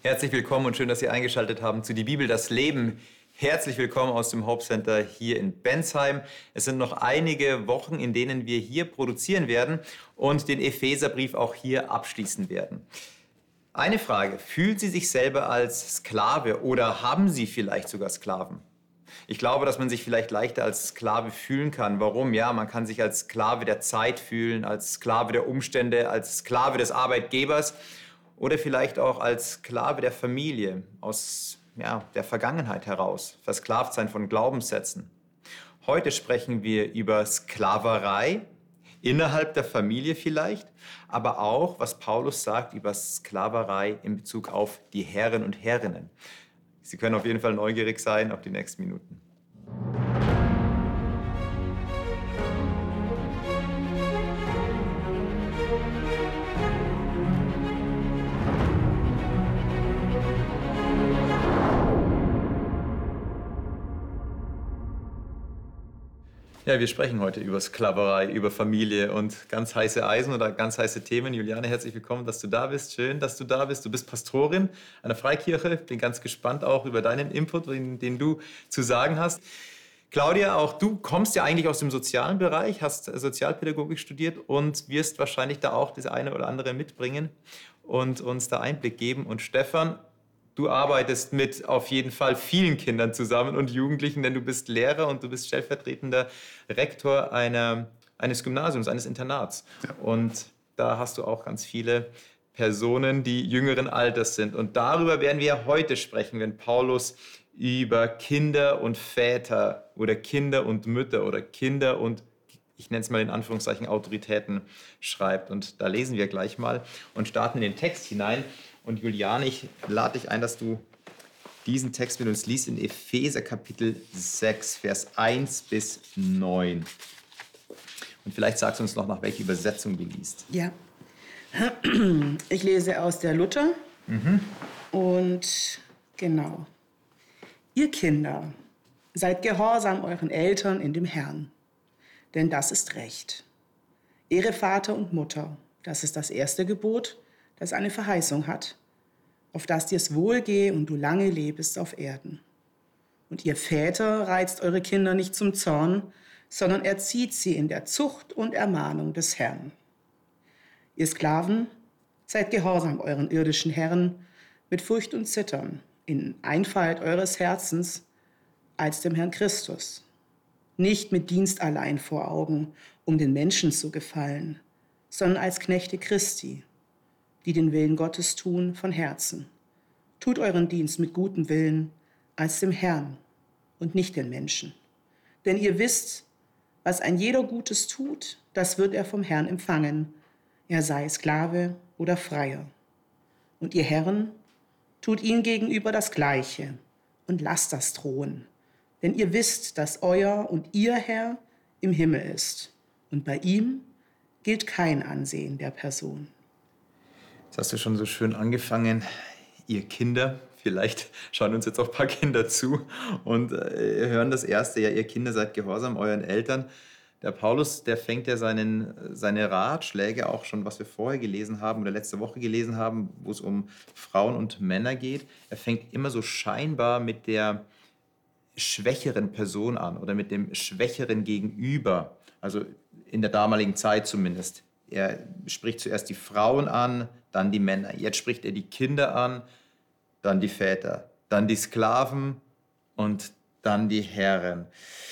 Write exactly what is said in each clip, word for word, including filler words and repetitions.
Herzlich willkommen und schön, dass Sie eingeschaltet haben zu Die Bibel, das Leben. Herzlich willkommen aus dem Hope Center hier in Bensheim. Es sind noch einige Wochen, in denen wir hier produzieren werden und den Epheserbrief auch hier abschließen werden. Eine Frage: Fühlt Sie sich selber als Sklave oder haben Sie vielleicht sogar Sklaven? Ich glaube, dass man sich vielleicht leichter als Sklave fühlen kann. Warum? Ja, man kann sich als Sklave der Zeit fühlen, als Sklave der Umstände, als Sklave des Arbeitgebers oder vielleicht auch als Sklave der Familie, aus ja, der Vergangenheit heraus, versklavt sein von Glaubenssätzen. Heute sprechen wir über Sklaverei, innerhalb der Familie vielleicht, aber auch, was Paulus sagt über Sklaverei in Bezug auf die Herren und Herrinnen. Sie können auf jeden Fall neugierig sein auf die nächsten Minuten. Ja, wir sprechen heute über Sklaverei, über Familie und ganz heiße Eisen oder ganz heiße Themen. Juliane, herzlich willkommen, dass du da bist. Schön, dass du da bist. Du bist Pastorin einer Freikirche. Bin ganz gespannt auch über deinen Input, den, den du zu sagen hast. Claudia, auch du kommst ja eigentlich aus dem sozialen Bereich, hast Sozialpädagogik studiert und wirst wahrscheinlich da auch das eine oder andere mitbringen und uns da Einblick geben. Und Stefan, du arbeitest mit auf jeden Fall vielen Kindern zusammen und Jugendlichen, denn du bist Lehrer und du bist stellvertretender Rektor einer, eines Gymnasiums, eines Internats. Ja. Und da hast du auch ganz viele Personen, die jüngeren Alters sind. Und darüber werden wir heute sprechen, wenn Paulus über Kinder und Väter oder Kinder und Mütter oder Kinder und, ich nenne es mal in Anführungszeichen, Autoritäten schreibt. Und da lesen wir gleich mal und starten in den Text hinein. Und Juliane, ich lade dich ein, dass du diesen Text mit uns liest in Epheser Kapitel sechs, Vers eins bis neun. Und vielleicht sagst du uns noch, nach welcher Übersetzung du liest. Ja, ich lese aus der Luther. Mhm. Und genau. Ihr Kinder, seid gehorsam euren Eltern in dem Herrn, denn das ist Recht. Ehre Vater und Mutter, das ist das erste Gebot, das eine Verheißung hat, auf das dir's wohlgehe und du lange lebst auf Erden. Und ihr Väter reizt eure Kinder nicht zum Zorn, sondern erzieht sie in der Zucht und Ermahnung des Herrn. Ihr Sklaven, seid gehorsam euren irdischen Herren mit Furcht und Zittern, in Einfalt eures Herzens als dem Herrn Christus. Nicht mit Dienst allein vor Augen, um den Menschen zu gefallen, sondern als Knechte Christi, die den Willen Gottes tun von Herzen. Tut euren Dienst mit gutem Willen als dem Herrn und nicht den Menschen. Denn ihr wisst, was ein jeder Gutes tut, das wird er vom Herrn empfangen, er sei Sklave oder Freier. Und ihr Herren, tut ihnen gegenüber das Gleiche und lasst das drohen. Denn ihr wisst, dass euer und ihr Herr im Himmel ist. Und bei ihm gilt kein Ansehen der Person. Jetzt hast du schon so schön angefangen, ihr Kinder. Vielleicht schauen uns jetzt auch ein paar Kinder zu und äh, hören das Erste, ja, ihr Kinder seid gehorsam euren Eltern. Der Paulus, der fängt ja seinen, seine Ratschläge, auch schon, was wir vorher gelesen haben oder letzte Woche gelesen haben, wo es um Frauen und Männer geht. Er fängt immer so scheinbar mit der schwächeren Person an oder mit dem schwächeren Gegenüber, also in der damaligen Zeit zumindest. Er spricht zuerst die Frauen an, dann die Männer. Jetzt spricht er die Kinder an, dann die Väter, dann die Sklaven und dann die Herren.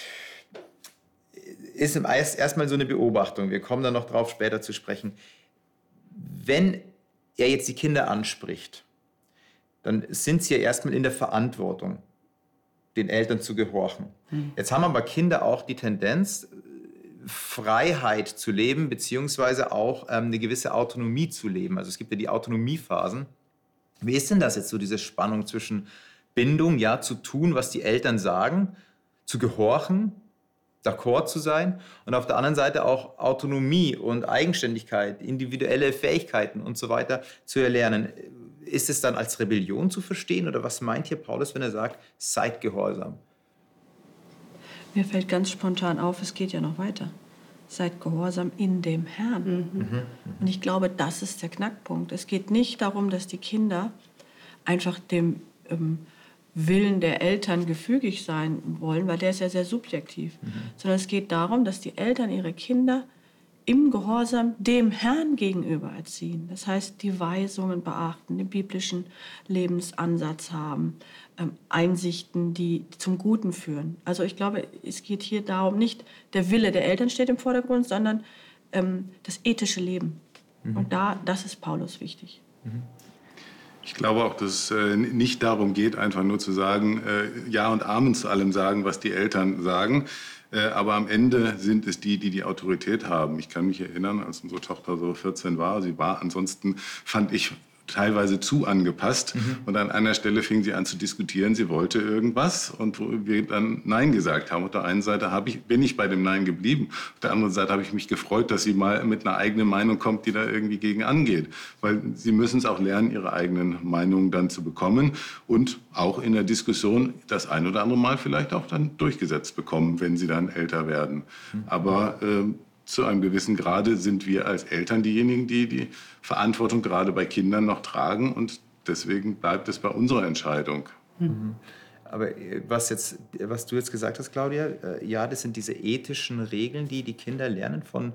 Ist erstmal so eine Beobachtung. Wir kommen dann noch drauf später zu sprechen. Wenn er jetzt die Kinder anspricht, dann sind sie ja erstmal in der Verantwortung, den Eltern zu gehorchen. Hm. Jetzt haben aber Kinder auch die Tendenz, Freiheit zu leben, beziehungsweise auch ähm, eine gewisse Autonomie zu leben. Also es gibt ja die Autonomiephasen. Wie ist denn das jetzt so, diese Spannung zwischen Bindung, ja, zu tun, was die Eltern sagen, zu gehorchen, d'accord zu sein und auf der anderen Seite auch Autonomie und Eigenständigkeit, individuelle Fähigkeiten und so weiter zu erlernen. Ist es dann als Rebellion zu verstehen oder was meint hier Paulus, wenn er sagt, seid gehorsam? Mir fällt ganz spontan auf, es geht ja noch weiter. Seid gehorsam in dem Herrn. Mhm. Mhm. Und ich glaube, das ist der Knackpunkt. Es geht nicht darum, dass die Kinder einfach dem ähm, Willen der Eltern gefügig sein wollen, weil der ist ja sehr subjektiv. Mhm. Sondern es geht darum, dass die Eltern ihre Kinder im Gehorsam dem Herrn gegenüber erziehen. Das heißt, die Weisungen beachten, den biblischen Lebensansatz haben, ähm, Einsichten, die zum Guten führen. Also ich glaube, es geht hier darum, nicht der Wille der Eltern steht im Vordergrund, sondern ähm, das ethische Leben. Mhm. Und da, das ist Paulus wichtig. Mhm. Ich glaube auch, dass es äh, nicht darum geht, einfach nur zu sagen, äh, Ja und Amen zu allem sagen, was die Eltern sagen. Äh, aber am Ende sind es die, die die Autorität haben. Ich kann mich erinnern, als unsere Tochter so vierzehn war, sie war ansonsten, fand ich, teilweise zu angepasst. Mhm. Und an einer Stelle fing sie an zu diskutieren, sie wollte irgendwas und wo wir dann Nein gesagt haben. Auf der einen Seite habe ich, bin ich bei dem Nein geblieben, auf der anderen Seite habe ich mich gefreut, dass sie mal mit einer eigenen Meinung kommt, die da irgendwie gegen angeht. Weil sie müssen es auch lernen, ihre eigenen Meinungen dann zu bekommen und auch in der Diskussion das ein oder andere Mal vielleicht auch dann durchgesetzt bekommen, wenn sie dann älter werden. Mhm. Aber äh, zu einem gewissen Grade sind wir als Eltern diejenigen, die die Verantwortung gerade bei Kindern noch tragen. Und deswegen bleibt es bei unserer Entscheidung. Mhm. Aber was, jetzt, was du jetzt gesagt hast, Claudia, ja, das sind diese ethischen Regeln, die die Kinder lernen von,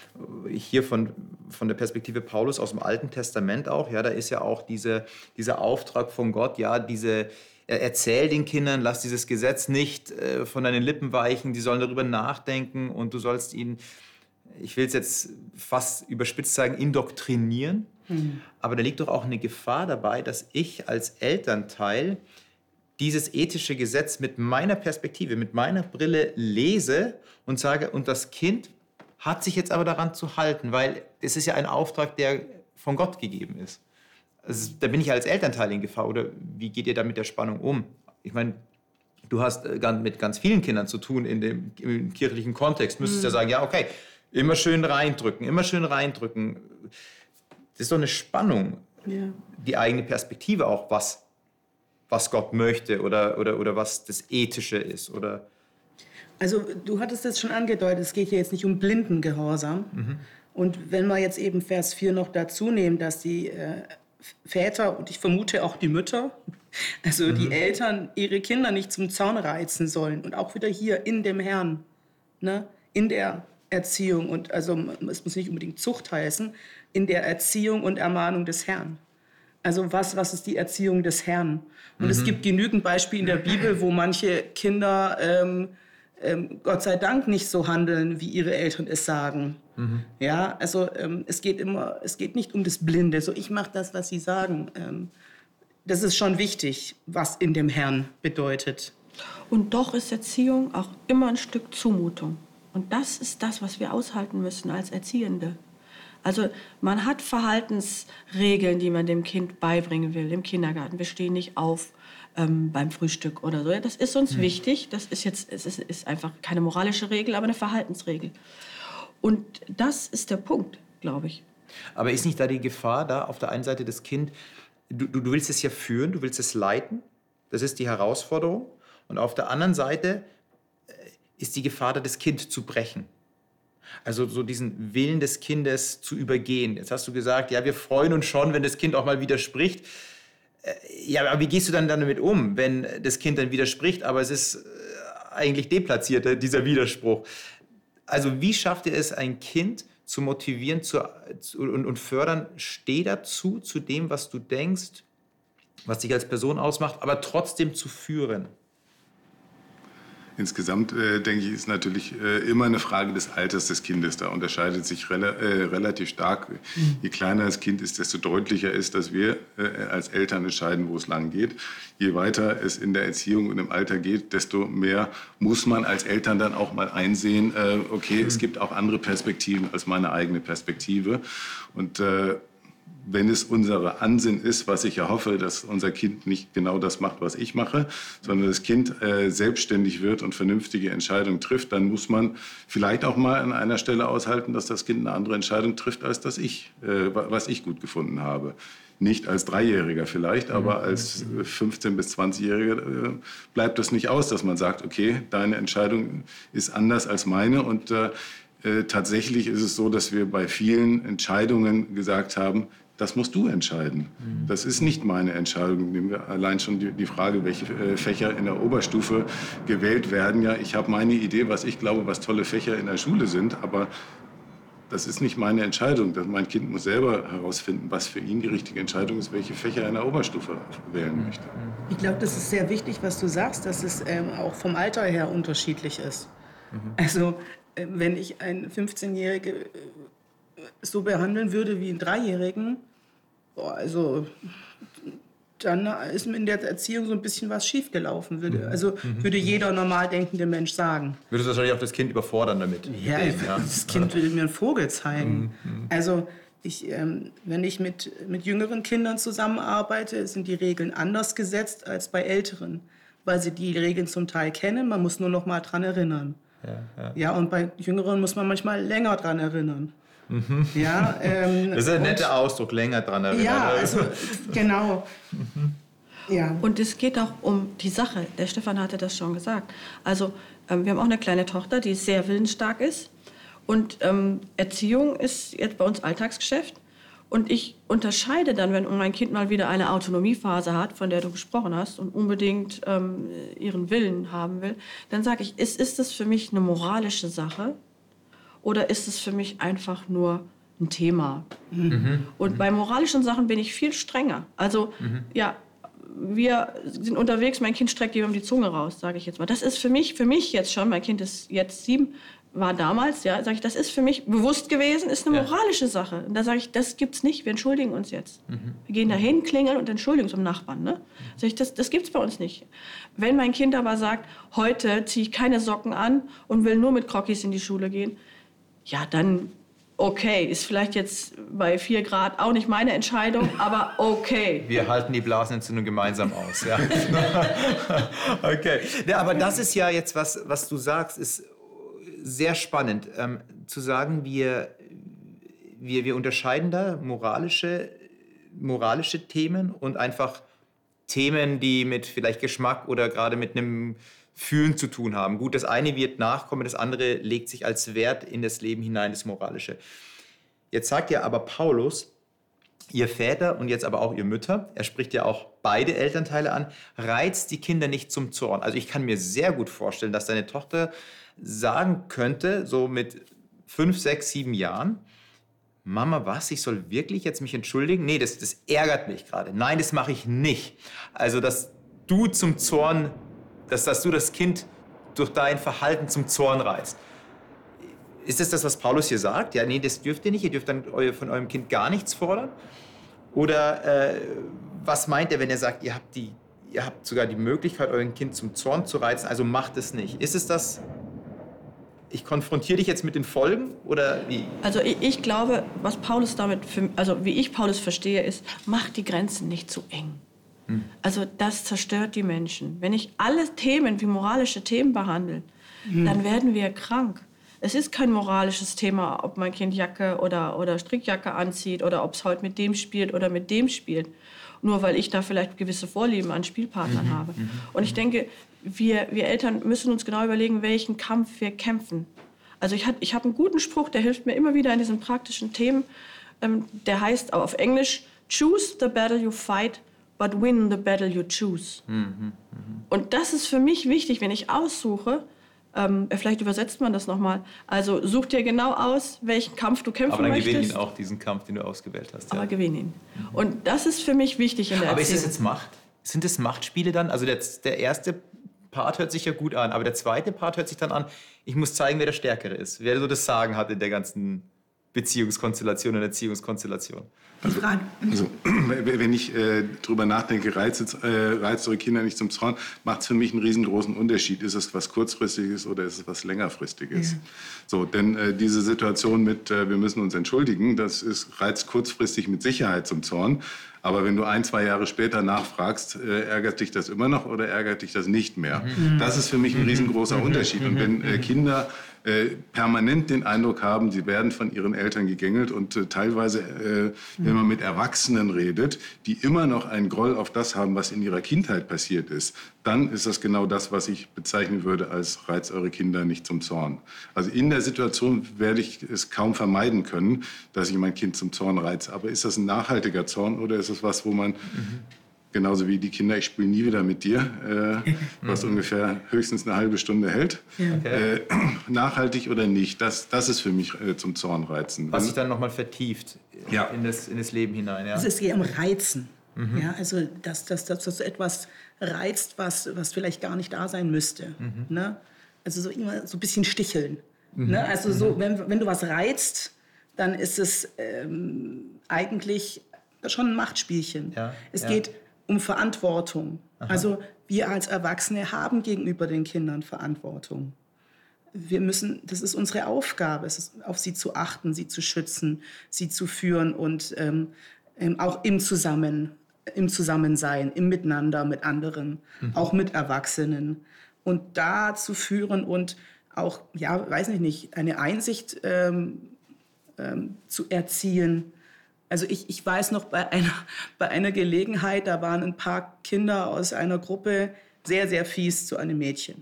hier von, von der Perspektive Paulus aus dem Alten Testament auch. Ja, da ist ja auch diese, dieser Auftrag von Gott, ja, diese erzähl den Kindern, lass dieses Gesetz nicht äh, von deinen Lippen weichen, die sollen darüber nachdenken und du sollst ihnen, ich will es jetzt fast überspitzt sagen, indoktrinieren. Mhm. Aber da liegt doch auch eine Gefahr dabei, dass ich als Elternteil dieses ethische Gesetz mit meiner Perspektive, mit meiner Brille lese und sage, und das Kind hat sich jetzt aber daran zu halten, weil es ist ja ein Auftrag, der von Gott gegeben ist. Also, da bin ich als Elternteil in Gefahr. Oder wie geht ihr da mit der Spannung um? Ich meine, du hast mit ganz vielen Kindern zu tun in dem im kirchlichen Kontext. Müsstest mhm. ja sagen, ja, okay, immer schön reindrücken, immer schön reindrücken. Das ist doch eine Spannung, ja. Die eigene Perspektive auch, was, was Gott möchte oder, oder, oder was das Ethische ist. Oder also du hattest das schon angedeutet, es geht ja jetzt nicht um blinden Gehorsam. Mhm. Und wenn wir jetzt eben Vers vier noch dazu nehmen, dass die äh, Väter und ich vermute auch die Mütter, also mhm. die Eltern, ihre Kinder nicht zum Zaun reizen sollen. Und auch wieder hier in dem Herrn, ne? In der Erziehung. Und also es muss nicht unbedingt Zucht heißen, in der Erziehung und Ermahnung des Herrn. Also was, was ist die Erziehung des Herrn? Und mhm. es gibt genügend Beispiele in der Bibel, wo manche Kinder ähm, ähm, Gott sei Dank nicht so handeln, wie ihre Eltern es sagen. Mhm. Ja, also ähm, es geht immer, es geht nicht um das Blinde. So, ich mache das, was sie sagen. Ähm, das ist schon wichtig, was in dem Herrn bedeutet. Und doch ist Erziehung auch immer ein Stück Zumutung. Und das ist das, was wir aushalten müssen als Erziehende. Also man hat Verhaltensregeln, die man dem Kind beibringen will im Kindergarten. Wir stehen nicht auf ähm, beim Frühstück oder so. Das ist uns mhm. wichtig. Das ist jetzt, es ist, ist einfach keine moralische Regel, aber eine Verhaltensregel. Und das ist der Punkt, glaube ich. Aber ist nicht da die Gefahr, da auf der einen Seite das Kind, du, du, du willst es ja führen, du willst es leiten, das ist die Herausforderung. Und auf der anderen Seite ist die Gefahr da, das Kind zu brechen. Also so diesen Willen des Kindes zu übergehen. Jetzt hast du gesagt, ja, wir freuen uns schon, wenn das Kind auch mal widerspricht. Ja, aber wie gehst du dann damit um, wenn das Kind dann widerspricht, aber es ist eigentlich deplatziert, dieser Widerspruch? Also wie schafft ihr es, ein Kind zu motivieren zu, zu, und, und fördern, steh dazu, zu dem, was du denkst, was dich als Person ausmacht, aber trotzdem zu führen? Insgesamt, äh, denke ich, ist natürlich äh, immer eine Frage des Alters des Kindes. Da unterscheidet sich rela äh, relativ stark. Mhm. Je kleiner das Kind ist, desto deutlicher ist, dass wir äh, als Eltern entscheiden, wo es lang geht. Je weiter es in der Erziehung und im Alter geht, desto mehr muss man als Eltern dann auch mal einsehen, äh, okay, mhm. es gibt auch andere Perspektiven als meine eigene Perspektive. Und äh, wenn es unser Ansinn ist, was ich ja hoffe, dass unser Kind nicht genau das macht, was ich mache, sondern das Kind äh, selbstständig wird und vernünftige Entscheidungen trifft, dann muss man vielleicht auch mal an einer Stelle aushalten, dass das Kind eine andere Entscheidung trifft, als das ich, äh, was ich gut gefunden habe. Nicht als Dreijähriger vielleicht, aber als fünfzehn- bis zwanzigjähriger äh, bleibt das nicht aus, dass man sagt, okay, deine Entscheidung ist anders als meine. Und äh, äh, tatsächlich ist es so, dass wir bei vielen Entscheidungen gesagt haben, Das musst du entscheiden. Das ist nicht meine Entscheidung. Nehmen wir allein schon die, die Frage, welche äh, Fächer in der Oberstufe gewählt werden. Ja, ich habe meine Idee, was ich glaube, was tolle Fächer in der Schule sind, aber das ist nicht meine Entscheidung. Mein Kind muss selber herausfinden, was für ihn die richtige Entscheidung ist, welche Fächer er in der Oberstufe wählen möchte. Ich glaube, das ist sehr wichtig, was du sagst, dass es ähm, auch vom Alter her unterschiedlich ist. Mhm. Also, äh, wenn ich einen fünfzehnjährigen äh, so behandeln würde wie einen Dreijährigen, boah, also dann ist in der Erziehung so ein bisschen was schiefgelaufen. Würde, also würde jeder normal denkende Mensch sagen. Würdest du wahrscheinlich auch das Kind überfordern damit? Ja, ja. Das Kind würde mir einen Vogel zeigen. Mhm. Also ich, ähm, wenn ich mit, mit jüngeren Kindern zusammenarbeite, sind die Regeln anders gesetzt als bei älteren, weil sie die Regeln zum Teil kennen, man muss nur noch mal dran erinnern. Ja, ja. Ja, und bei Jüngeren muss man manchmal länger dran erinnern. Mhm. Ja, ähm, das ist ein netter Ausdruck, länger dran erinnern. Ja, also genau. Mhm. Ja. Und es geht auch um die Sache. Der Stefan hatte das schon gesagt. Also ähm, wir haben auch eine kleine Tochter, die sehr willensstark ist. Und ähm, Erziehung ist jetzt bei uns Alltagsgeschäft. Und ich unterscheide dann, wenn mein Kind mal wieder eine Autonomiephase hat, von der du gesprochen hast, und unbedingt ähm, ihren Willen haben will, dann sage ich, ist, ist das für mich eine moralische Sache? Oder ist es für mich einfach nur ein Thema? Mhm. Und bei moralischen Sachen bin ich viel strenger. Also, mhm. ja, wir sind unterwegs, mein Kind streckt jemandem die Zunge raus, sage ich jetzt mal. Das ist für mich, für mich jetzt schon, mein Kind ist jetzt sieben, war damals, ja, sage ich, das ist für mich bewusst gewesen, ist eine moralische Sache. Und da sage ich, das gibt's nicht, wir entschuldigen uns jetzt. Mhm. Wir gehen da hin, klingeln und entschuldigen uns am Nachbarn. Ne? Sag ich, das, das gibt's bei uns nicht. Wenn mein Kind aber sagt, heute ziehe ich keine Socken an und will nur mit Crockis in die Schule gehen, ja, dann okay. Ist vielleicht jetzt bei vier Grad auch nicht meine Entscheidung, aber okay. Wir halten die Blasenentzündung gemeinsam aus. Ja. Okay. Ja, aber das ist ja jetzt, was, was du sagst, ist sehr spannend. Ähm, zu sagen, wir, wir, wir unterscheiden da moralische, moralische Themen und einfach Themen, die mit vielleicht Geschmack oder gerade mit einem Fühlen zu tun haben. Gut, das eine wird nachkommen, das andere legt sich als Wert in das Leben hinein, das Moralische. Jetzt sagt ja aber Paulus, ihr Väter und jetzt aber auch ihr Mütter, er spricht ja auch beide Elternteile an, reizt die Kinder nicht zum Zorn. Also ich kann mir sehr gut vorstellen, dass deine Tochter sagen könnte, so mit fünf, sechs, sieben Jahren, Mama, was, ich soll wirklich jetzt mich entschuldigen? Nee, das, das ärgert mich gerade. Nein, das mache ich nicht. Also, dass du zum Zorn Dass, dass du das Kind durch dein Verhalten zum Zorn reizt. Ist das das, was Paulus hier sagt? Ja, nee, das dürft ihr nicht. Ihr dürft dann von eurem Kind gar nichts fordern? Oder äh, was meint er, wenn er sagt, ihr habt, die, ihr habt sogar die Möglichkeit, euer Kind zum Zorn zu reizen, also macht es nicht? Ist es das, ich konfrontiere dich jetzt mit den Folgen oder wie? Also ich, ich glaube, was Paulus damit, für, also wie ich Paulus verstehe, ist, macht die Grenzen nicht zu eng. Also das zerstört die Menschen. Wenn ich alle Themen wie moralische Themen behandle, mhm. dann werden wir krank. Es ist kein moralisches Thema, ob mein Kind Jacke oder, oder Strickjacke anzieht oder ob es heute mit dem spielt oder mit dem spielt. Nur weil ich da vielleicht gewisse Vorlieben an Spielpartnern mhm. habe. Mhm. Und ich denke, wir, wir Eltern müssen uns genau überlegen, welchen Kampf wir kämpfen. Also ich, ich habe einen guten Spruch, der hilft mir immer wieder in diesen praktischen Themen. Ähm, der heißt auf Englisch, choose the battle you fight, but win the battle you choose. Mhm, mh. Und das ist für mich wichtig, wenn ich aussuche, ähm, vielleicht übersetzt man das nochmal, also such dir genau aus, welchen Kampf du kämpfen möchtest. Aber dann möchtest. gewinn ihn auch, diesen Kampf, den du ausgewählt hast. Aber ja. gewinn ihn. Mhm. Und das ist für mich wichtig in der Aber Erziehung. ist das jetzt Macht? Sind das Machtspiele dann? Also der, der erste Part hört sich ja gut an, aber der zweite Part hört sich dann an, ich muss zeigen, wer der Stärkere ist, wer so das Sagen hat in der ganzen Beziehungskonstellation und Erziehungskonstellation. Also, also, wenn ich äh, drüber nachdenke, reizt, äh, reizt eure Kinder nicht zum Zorn, macht es für mich einen riesengroßen Unterschied. Ist es was Kurzfristiges oder ist es was Längerfristiges? Ja. So, denn äh, diese Situation mit, äh, wir müssen uns entschuldigen, das ist, reizt kurzfristig mit Sicherheit zum Zorn. Aber wenn du ein, zwei Jahre später nachfragst, äh, ärgert dich das immer noch oder ärgert dich das nicht mehr? Mhm. Das ist für mich ein riesengroßer mhm. Unterschied. Und wenn äh, Kinder äh, permanent den Eindruck haben, sie werden von ihren Eltern gegängelt und äh, teilweise, äh, wenn man mit Erwachsenen redet, die immer noch einen Groll auf das haben, was in ihrer Kindheit passiert ist, dann ist das genau das, was ich bezeichnen würde als reizt eure Kinder nicht zum Zorn. Also in der Situation werde ich es kaum vermeiden können, dass ich mein Kind zum Zorn reize. Aber ist das ein nachhaltiger Zorn oder ist es was, wo man, mhm. genauso wie die Kinder, ich spiele nie wieder mit dir, äh, was mhm. ungefähr höchstens eine halbe Stunde hält, okay. äh, nachhaltig oder nicht, das, das ist für mich äh, zum Zorn reizen. Was sich dann nochmal vertieft ja. in, das, in das Leben hinein. Ja? Es ist eher um Reizen. Mhm. Ja, also, dass, dass, dass das etwas reizt, was, was vielleicht gar nicht da sein müsste. Mhm. Ne? Also so immer so ein bisschen sticheln. Mhm. Ne? Also so, wenn, wenn du was reizt, dann ist es ähm, eigentlich schon ein Machtspielchen. Ja, es ja. geht um Verantwortung. Aha. Also wir als Erwachsene haben gegenüber den Kindern Verantwortung. Wir müssen, das ist unsere Aufgabe, es ist, auf sie zu achten, sie zu schützen, sie zu führen und ähm, auch im Zusammen, im Zusammensein, im Miteinander mit anderen, mhm. auch mit Erwachsenen. Und da zu führen und auch, ja, weiß ich nicht, eine Einsicht ähm, ähm, zu erzielen. Also ich, ich weiß noch, bei einer, bei einer Gelegenheit, da waren ein paar Kinder aus einer Gruppe sehr, sehr fies zu einem Mädchen.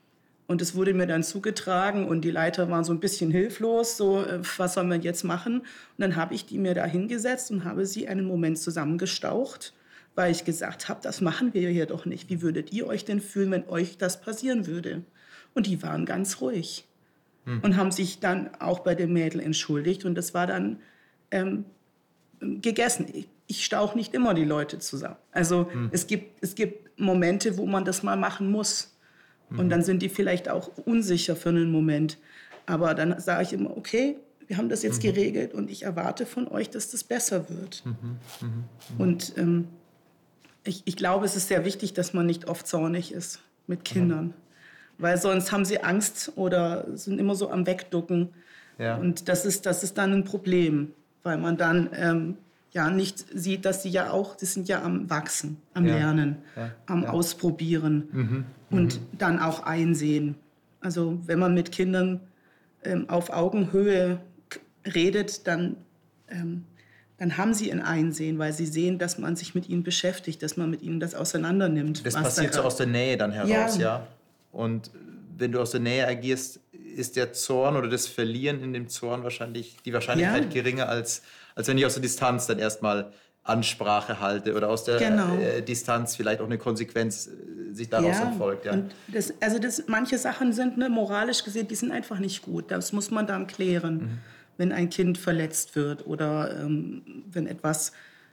Und es wurde mir dann zugetragen und die Leiter waren so ein bisschen hilflos, so, was sollen wir jetzt machen? Und dann habe ich die mir da hingesetzt und habe sie einen Moment zusammengestaucht, weil ich gesagt habe, das machen wir hier doch nicht. Wie würdet ihr euch denn fühlen, wenn euch das passieren würde? Und die waren ganz ruhig hm. und haben sich dann auch bei dem Mädel entschuldigt. Und das war dann ähm, gegessen. Ich, ich stauche nicht immer die Leute zusammen. Also hm. es gibt, es gibt Momente, wo man das mal machen muss. Und dann sind die vielleicht auch unsicher für einen Moment. Aber dann sage ich immer, okay, wir haben das jetzt mhm. geregelt und ich erwarte von euch, dass das besser wird. Mhm. Mhm. Mhm. Und ähm, ich, ich glaube, es ist sehr wichtig, dass man nicht oft zornig ist mit Kindern. Mhm. Weil sonst haben sie Angst oder sind immer so am Wegducken. Ja. Und das ist, das ist dann ein Problem, weil man dann ähm, ja nicht sieht, dass sie ja auch, sie sind ja am Wachsen, am ja. Lernen, ja. am ja. Ausprobieren mhm. und mhm. dann auch einsehen. Also wenn man mit Kindern ähm, auf Augenhöhe k- redet, dann, ähm, dann haben sie ein Einsehen, weil sie sehen, dass man sich mit ihnen beschäftigt, dass man mit ihnen das auseinander nimmt. Das passiert so aus der Nähe dann heraus, ja. ja. Und wenn du aus der Nähe agierst, ist der Zorn oder das Verlieren in dem Zorn wahrscheinlich, die Wahrscheinlichkeit ja. geringer, als, als wenn ich aus der Distanz dann erstmal Ansprache halte oder aus der genau. äh, Distanz vielleicht auch eine Konsequenz äh, sich daraus ja. entfolgt. Ja. Und das, also das, manche Sachen sind ne, moralisch gesehen, die sind einfach nicht gut. Das muss man dann klären, mhm. wenn ein Kind verletzt wird oder ähm, wenn etwas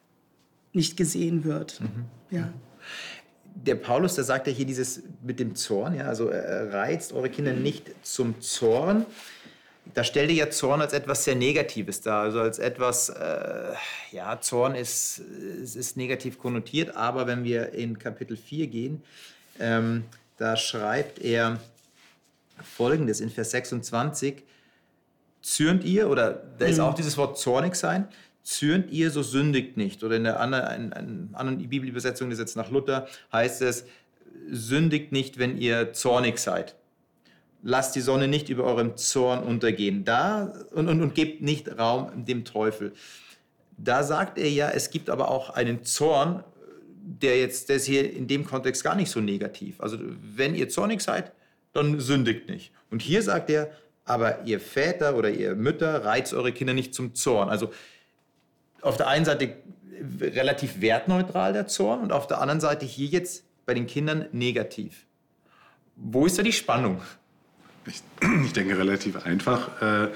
nicht gesehen wird. Mhm. Ja. Der Paulus, der sagt ja hier dieses mit dem Zorn, ja, also er reizt eure Kinder nicht zum Zorn. Da stellt er ja Zorn als etwas sehr Negatives dar, also als etwas, äh, ja, Zorn ist, ist, ist negativ konnotiert, aber wenn wir in Kapitel vier gehen, ähm, da schreibt er Folgendes in Vers sechsundzwanzig, zürnt ihr, oder da ist auch dieses Wort zornig sein, zürnt ihr, so sündigt nicht. Oder in der anderen, in, in anderen Bibelübersetzung, das ist jetzt nach Luther, heißt es, sündigt nicht, wenn ihr zornig seid. Lasst die Sonne nicht über eurem Zorn untergehen. Da, und, und, und gebt nicht Raum dem Teufel. Da sagt er ja, es gibt aber auch einen Zorn, der jetzt, der ist hier in dem Kontext gar nicht so negativ. Also wenn ihr zornig seid, dann sündigt nicht. Und hier sagt er, aber ihr Väter oder ihr Mütter reizt eure Kinder nicht zum Zorn. Also auf der einen Seite relativ wertneutral der Zorn und auf der anderen Seite hier jetzt bei den Kindern negativ. Wo ist da die Spannung? Ich, ich denke relativ einfach. Äh,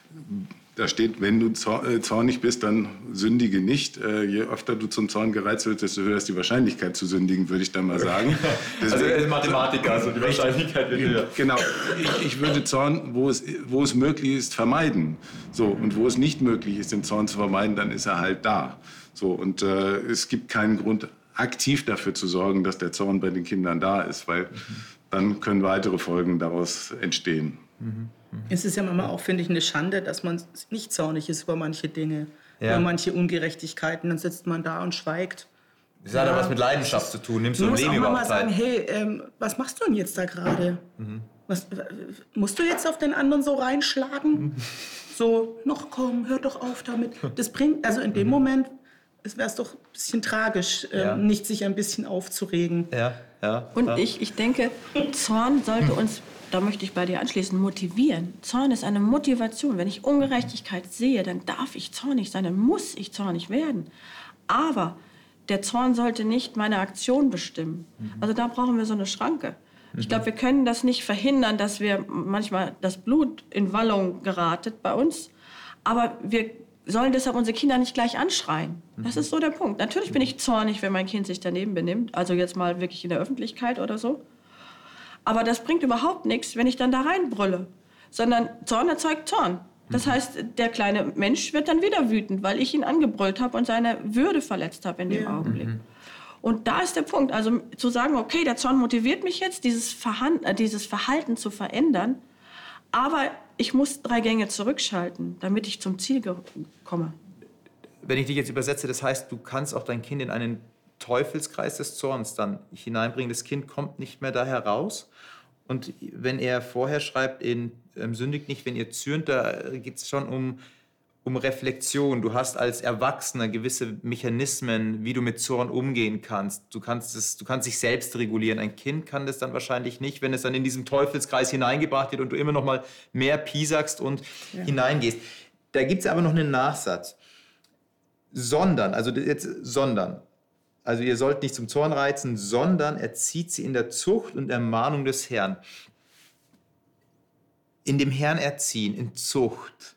da steht, wenn du zornig bist, dann sündige nicht. Äh, je öfter du zum Zorn gereizt wirst, desto höher ist die Wahrscheinlichkeit zu sündigen, würde ich dann mal sagen. Deswegen, also Mathematiker, also die Wahrscheinlichkeit wird höher. Genau. Ich, ich würde Zorn, wo es, wo es möglich ist, vermeiden. So, und wo es nicht möglich ist, den Zorn zu vermeiden, dann ist er halt da. So, und äh, es gibt keinen Grund, aktiv dafür zu sorgen, dass der Zorn bei den Kindern da ist, weil mhm. dann können weitere Folgen daraus entstehen. Mhm. Es ist ja manchmal auch, finde ich, eine Schande, dass man nicht zornig ist über manche Dinge, ja. über manche Ungerechtigkeiten. Dann sitzt man da und schweigt. Das hat ja was mit Leidenschaft zu tun. Nimmst du im Leben überhaupt Zeit? Man muss auch mal sagen, hey, ähm, was machst du denn jetzt da gerade? Mhm. Was, musst du jetzt auf den anderen so reinschlagen? So, noch komm, hör doch auf damit. Das bringt, also in dem Moment, es wäre es doch ein bisschen tragisch, Ja. äh, nicht sich ein bisschen aufzuregen. Ja, ja. Und ja. ich, ich denke, Zorn sollte uns, da möchte ich bei dir anschließen, motivieren. Zorn ist eine Motivation. Wenn ich Ungerechtigkeit sehe, dann darf ich zornig sein, dann muss ich zornig werden. Aber der Zorn sollte nicht meine Aktion bestimmen. Also da brauchen wir so eine Schranke. Ich glaube, wir können das nicht verhindern, dass wir manchmal das Blut in Wallung geratet bei uns. Aber wir sollen deshalb unsere Kinder nicht gleich anschreien. Das ist so der Punkt. Natürlich bin ich zornig, wenn mein Kind sich daneben benimmt. Also jetzt mal wirklich in der Öffentlichkeit oder so. Aber das bringt überhaupt nichts, wenn ich dann da reinbrülle. Sondern Zorn erzeugt Zorn. Das heißt, der kleine Mensch wird dann wieder wütend, weil ich ihn angebrüllt habe und seine Würde verletzt habe in dem Ja. Augenblick. Und da ist der Punkt, also zu sagen, okay, der Zorn motiviert mich jetzt, dieses, Verhan- äh, dieses Verhalten zu verändern, aber ich muss drei Gänge zurückschalten, damit ich zum Ziel ge- komme. Wenn ich dich jetzt übersetze, das heißt, du kannst auch dein Kind in einen Teufelskreis des Zorns dann hineinbringen. Das Kind kommt nicht mehr da heraus. Und wenn er vorher schreibt, in ähm, sündigt nicht, wenn ihr zürnt, da geht es schon um, um Reflexion. Du hast als Erwachsener gewisse Mechanismen, wie du mit Zorn umgehen kannst. Du kannst, es, du kannst dich selbst regulieren. Ein Kind kann das dann wahrscheinlich nicht, wenn es dann in diesen Teufelskreis hineingebracht wird und du immer noch mal mehr piesagst und ja. hineingehst. Da gibt es aber noch einen Nachsatz. Sondern, also jetzt sondern, also ihr sollt nicht zum Zorn reizen, sondern erzieht sie in der Zucht und Ermahnung des Herrn. In dem Herrn erziehen, in Zucht.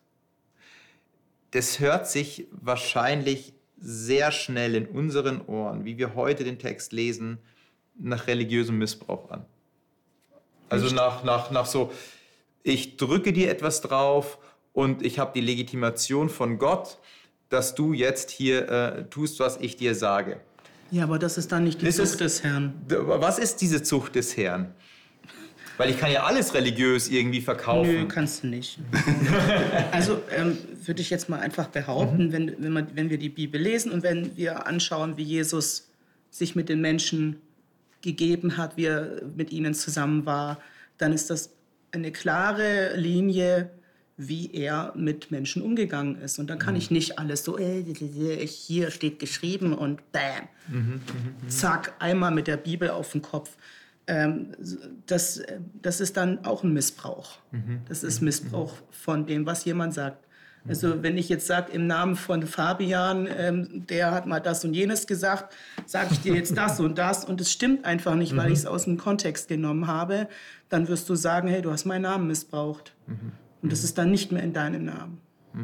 Das hört sich wahrscheinlich sehr schnell in unseren Ohren, wie wir heute den Text lesen, nach religiösem Missbrauch an. Also nach, nach, nach so, ich drücke dir etwas drauf und ich habe die Legitimation von Gott, dass du jetzt hier äh, tust, was ich dir sage. Ja, aber das ist dann nicht die Ist Zucht es- des Herrn. Was ist diese Zucht des Herrn? Weil ich kann ja alles religiös irgendwie verkaufen. Nö, kannst du nicht. Also ähm, würde ich jetzt mal einfach behaupten, Mhm. wenn, wenn, man, wenn wir die Bibel lesen und wenn wir anschauen, wie Jesus sich mit den Menschen gegeben hat, wie er mit ihnen zusammen war, dann ist das eine klare Linie, wie er mit Menschen umgegangen ist. Und dann kann ich nicht alles so, äh, hier steht geschrieben und bam, zack, einmal mit der Bibel auf den Kopf. Ähm, das, das ist dann auch ein Missbrauch. Das ist Missbrauch von dem, was jemand sagt. Also wenn ich jetzt sage, im Namen von Fabian, ähm, der hat mal das und jenes gesagt, sage ich dir jetzt das und das und es stimmt einfach nicht, weil ich es aus dem Kontext genommen habe, dann wirst du sagen, hey, du hast meinen Namen missbraucht. Und das ist dann nicht mehr in deinem Namen.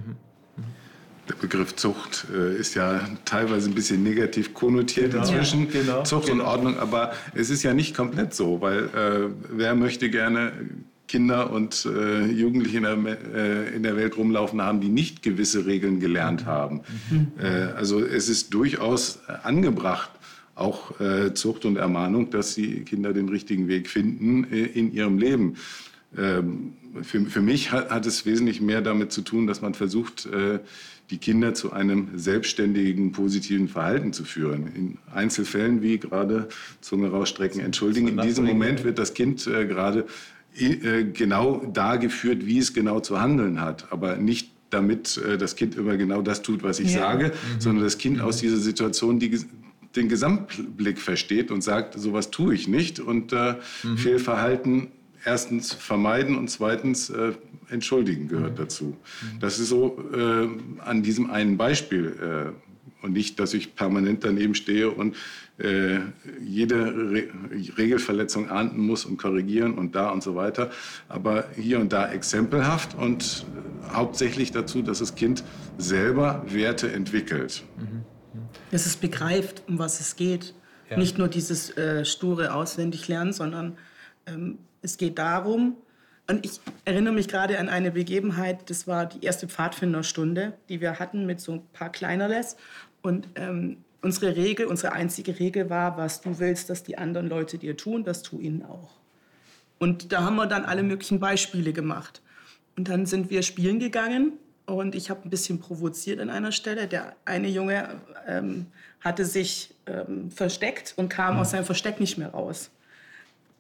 Der Begriff Zucht äh, ist ja teilweise ein bisschen negativ konnotiert Genau. inzwischen. Ja, genau, Zucht genau. und Ordnung, aber es ist ja nicht komplett so, weil äh, wer möchte gerne Kinder und äh, Jugendliche in der, äh, in der Welt rumlaufen haben, die nicht gewisse Regeln gelernt haben. Mhm. Äh, also es ist durchaus angebracht, auch äh, Zucht und Ermahnung, dass die Kinder den richtigen Weg finden äh, in ihrem Leben. Ähm, für, für mich hat, hat es wesentlich mehr damit zu tun, dass man versucht, äh, die Kinder zu einem selbstständigen, positiven Verhalten zu führen. In Einzelfällen, wie gerade Zunge rausstrecken, entschuldigen, in diesem Moment wird das Kind äh, gerade äh, genau da geführt, wie es genau zu handeln hat, aber nicht damit äh, das Kind immer genau das tut, was ich Ja. sage, Mhm. sondern das Kind Mhm. aus dieser Situation die, den Gesamtblick versteht und sagt, sowas tue ich nicht und äh, Mhm. Fehlverhalten erstens vermeiden und zweitens äh, entschuldigen gehört dazu. Das ist so äh, an diesem einen Beispiel äh, und nicht, dass ich permanent daneben stehe und äh, jede Re Regelverletzung ahnden muss und korrigieren und da und so weiter. Aber hier und da exempelhaft und äh, hauptsächlich dazu, dass das Kind selber Werte entwickelt. Dass es begreift, um was es geht. Ja. Nicht nur dieses äh, sture Auswendiglernen, sondern ähm, es geht darum, und ich erinnere mich gerade an eine Begebenheit, das war die erste Pfadfinderstunde, die wir hatten mit so ein paar Kleinerles. Und ähm, unsere Regel, unsere einzige Regel war, was du willst, dass die anderen Leute dir tun, das tu ihnen auch. Und da haben wir dann alle möglichen Beispiele gemacht. Und dann sind wir spielen gegangen und ich habe ein bisschen provoziert an einer Stelle. Der eine Junge ähm, hatte sich ähm, versteckt und kam aus seinem Versteck nicht mehr raus.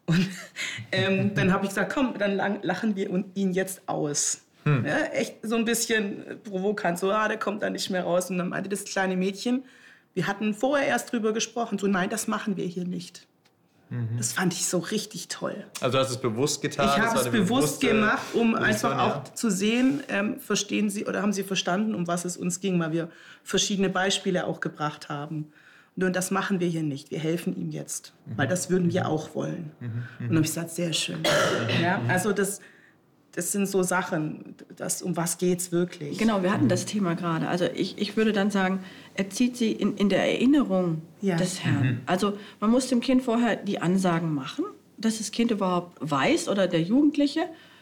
Und ähm, dann habe ich gesagt, komm, dann lachen wir ihn jetzt aus. Hm. Ja, echt so ein bisschen provokant, so, ah, der kommt da nicht mehr raus. Und dann meinte das kleine Mädchen, wir hatten vorher erst drüber gesprochen, so, nein, das machen wir hier nicht. Mhm. Das fand ich so richtig toll. Also hast du es bewusst getan? Ich habe es bewusst gemacht, um Position, einfach ja. auch zu sehen, ähm, verstehen Sie oder haben Sie verstanden, um was es uns ging, weil wir verschiedene Beispiele auch gebracht haben. Und das machen wir hier nicht. Wir helfen ihm jetzt, mhm. weil das würden wir auch wollen. Mhm. Und dann habe ich gesagt, sehr schön. Ja, also das, das sind so Sachen, das, um was geht es wirklich? Genau, wir hatten mhm. das Thema gerade. Also ich, ich würde dann sagen, er zieht sie in, in der Erinnerung ja. des Herrn. Mhm. Also man muss dem Kind vorher die Ansagen machen, dass das Kind überhaupt weiß oder der Jugendliche,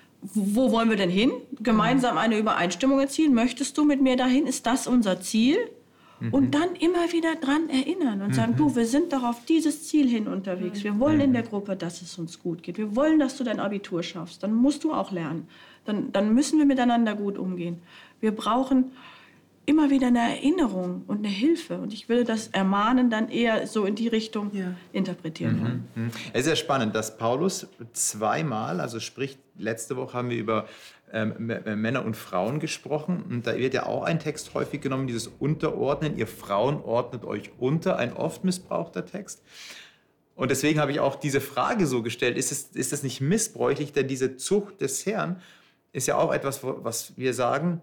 wo wollen wir denn hin? Gemeinsam eine Übereinstimmung erzielen. Möchtest du mit mir dahin? Ist das unser Ziel? Mhm. Und dann immer wieder dran erinnern und sagen, mhm. du, wir sind doch auf dieses Ziel hin unterwegs. Wir wollen in der Gruppe, dass es uns gut geht. Wir wollen, dass du dein Abitur schaffst. Dann musst du auch lernen. Dann, dann müssen wir miteinander gut umgehen. Wir brauchen immer wieder eine Erinnerung und eine Hilfe. Und ich würde das Ermahnen dann eher so in die Richtung ja. interpretieren wollen. Mhm. Es ist ja spannend, dass Paulus zweimal, also sprich, letzte Woche haben wir über ähm, Männer und Frauen gesprochen. Und da wird ja auch ein Text häufig genommen, dieses Unterordnen. Ihr Frauen ordnet euch unter, ein oft missbrauchter Text. Und deswegen habe ich auch diese Frage so gestellt, ist es, ist das nicht missbräuchlich? Denn diese Zucht des Herrn ist ja auch etwas, was wir sagen,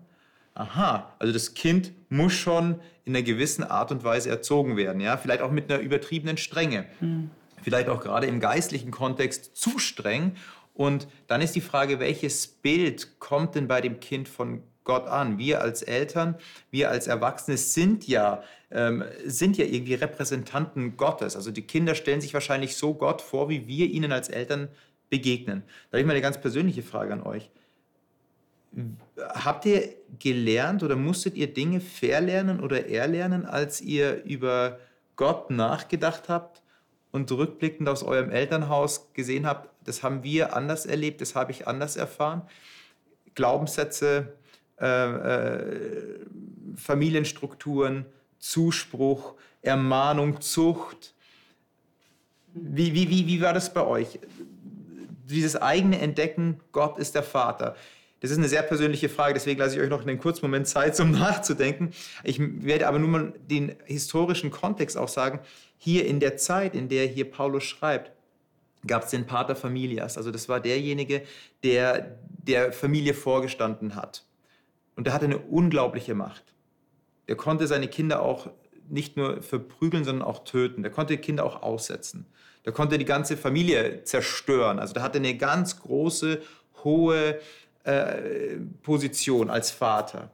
aha, also das Kind muss schon in einer gewissen Art und Weise erzogen werden. Ja? Vielleicht auch mit einer übertriebenen Strenge. Mhm. Vielleicht auch gerade im geistlichen Kontext zu streng. Und dann ist die Frage, welches Bild kommt denn bei dem Kind von Gott an? Wir als Eltern, wir als Erwachsene sind ja, ähm, sind ja irgendwie Repräsentanten Gottes. Also die Kinder stellen sich wahrscheinlich so Gott vor, wie wir ihnen als Eltern begegnen. Da habe ich mal eine ganz persönliche Frage an euch. Habt ihr gelernt oder musstet ihr Dinge verlernen oder erlernen, als ihr über Gott nachgedacht habt und rückblickend aus eurem Elternhaus gesehen habt, das haben wir anders erlebt, das habe ich anders erfahren? Glaubenssätze, äh, äh, Familienstrukturen, Zuspruch, Ermahnung, Zucht. Wie, wie, wie, wie war das bei euch? Dieses eigene Entdecken, Gott ist der Vater. Das ist eine sehr persönliche Frage, deswegen lasse ich euch noch einen kurzen Moment Zeit, um nachzudenken. Ich werde aber nur mal den historischen Kontext auch sagen. Hier in der Zeit, in der hier Paulus schreibt, gab es den Pater Familias. Also das war derjenige, der der Familie vorgestanden hat. Und der hatte eine unglaubliche Macht. Der konnte seine Kinder auch nicht nur verprügeln, sondern auch töten. Der konnte die Kinder auch aussetzen. Der konnte die ganze Familie zerstören. Also der hatte eine ganz große, hohe Äh, Position als Vater.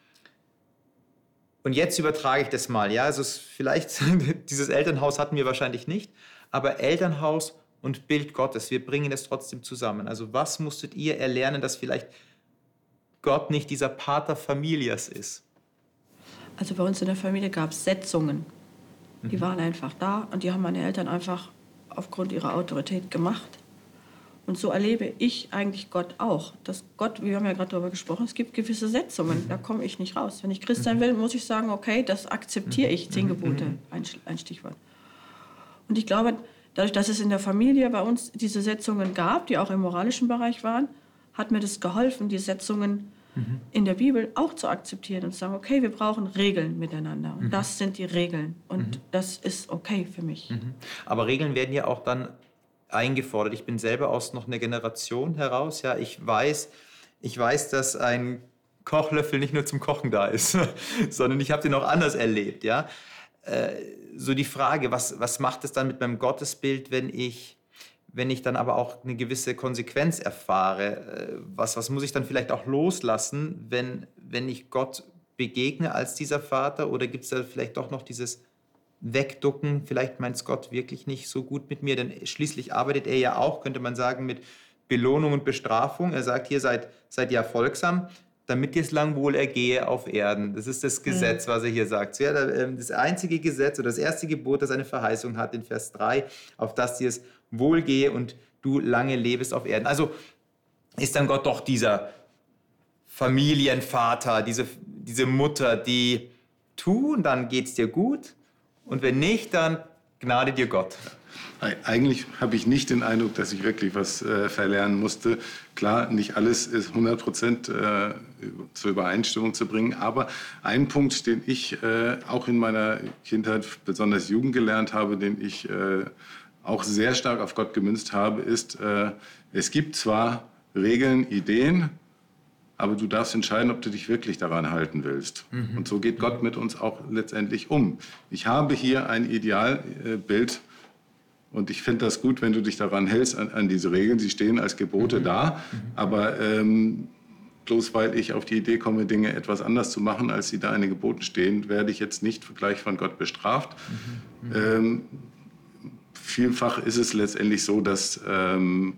Und jetzt übertrage ich das mal. Ja, also es vielleicht, dieses Elternhaus hatten wir wahrscheinlich nicht, aber Elternhaus und Bild Gottes, wir bringen es trotzdem zusammen. Also was musstet ihr erlernen, dass vielleicht Gott nicht dieser Pater Familias ist? Also bei uns in der Familie gab es Setzungen. Die mhm. waren einfach da und die haben meine Eltern einfach aufgrund ihrer Autorität gemacht. Und so erlebe ich eigentlich Gott auch. Dass Gott, wir haben ja gerade darüber gesprochen, es gibt gewisse Setzungen, da komme ich nicht raus. Wenn ich Christ sein will, muss ich sagen, okay, das akzeptiere ich, zehn Gebote, ein Stichwort. Und ich glaube, dadurch, dass es in der Familie bei uns diese Setzungen gab, die auch im moralischen Bereich waren, hat mir das geholfen, die Setzungen mhm. in der Bibel auch zu akzeptieren und zu sagen, okay, wir brauchen Regeln miteinander. Und mhm. das sind die Regeln. Und mhm. das ist okay für mich. Mhm. Aber Regeln werden ja auch dann eingefordert. Ich bin selber aus noch einer Generation heraus. Ja, ich weiß, ich weiß, dass ein Kochlöffel nicht nur zum Kochen da ist, sondern ich habe den auch anders erlebt. Ja, äh, so die Frage, was was macht es dann mit meinem Gottesbild, wenn ich wenn ich dann aber auch eine gewisse Konsequenz erfahre? Was was muss ich dann vielleicht auch loslassen, wenn wenn ich Gott begegne als dieser Vater? Oder gibt es da vielleicht doch noch dieses Wegducken, vielleicht meint es Gott wirklich nicht so gut mit mir, denn schließlich arbeitet er ja auch, könnte man sagen, mit Belohnung und Bestrafung. Er sagt hier, seid, seid ja folgsam, damit dir es lang wohl ergehe auf Erden. Das ist das Gesetz, was er hier sagt. Ja, das einzige Gesetz oder das erste Gebot, das eine Verheißung hat, in Vers drei, auf das dir es wohl gehe und du lange lebst auf Erden. Also ist dann Gott doch dieser Familienvater, diese, diese Mutter, die tu und dann geht es dir gut. Und wenn nicht, dann gnade dir Gott. Eigentlich habe ich nicht den Eindruck, dass ich wirklich was äh, verlernen musste. Klar, nicht alles ist hundert Prozent äh, zur Übereinstimmung zu bringen. Aber ein Punkt, den ich äh, auch in meiner Kindheit, besonders Jugend gelernt habe, den ich äh, auch sehr stark auf Gott gemünzt habe, ist, äh, es gibt zwar Regeln, Ideen, aber du darfst entscheiden, ob du dich wirklich daran halten willst. Mhm. Und so geht Gott mit uns auch letztendlich um. Ich habe hier ein Idealbild und ich finde das gut, wenn du dich daran hältst, an, an diese Regeln. Sie stehen als Gebote mhm. da, mhm. aber ähm, bloß weil ich auf die Idee komme, Dinge etwas anders zu machen, als sie da in den Geboten stehen, werde ich jetzt nicht gleich von Gott bestraft. Mhm. Ähm, vielfach ist es letztendlich so, dass ähm,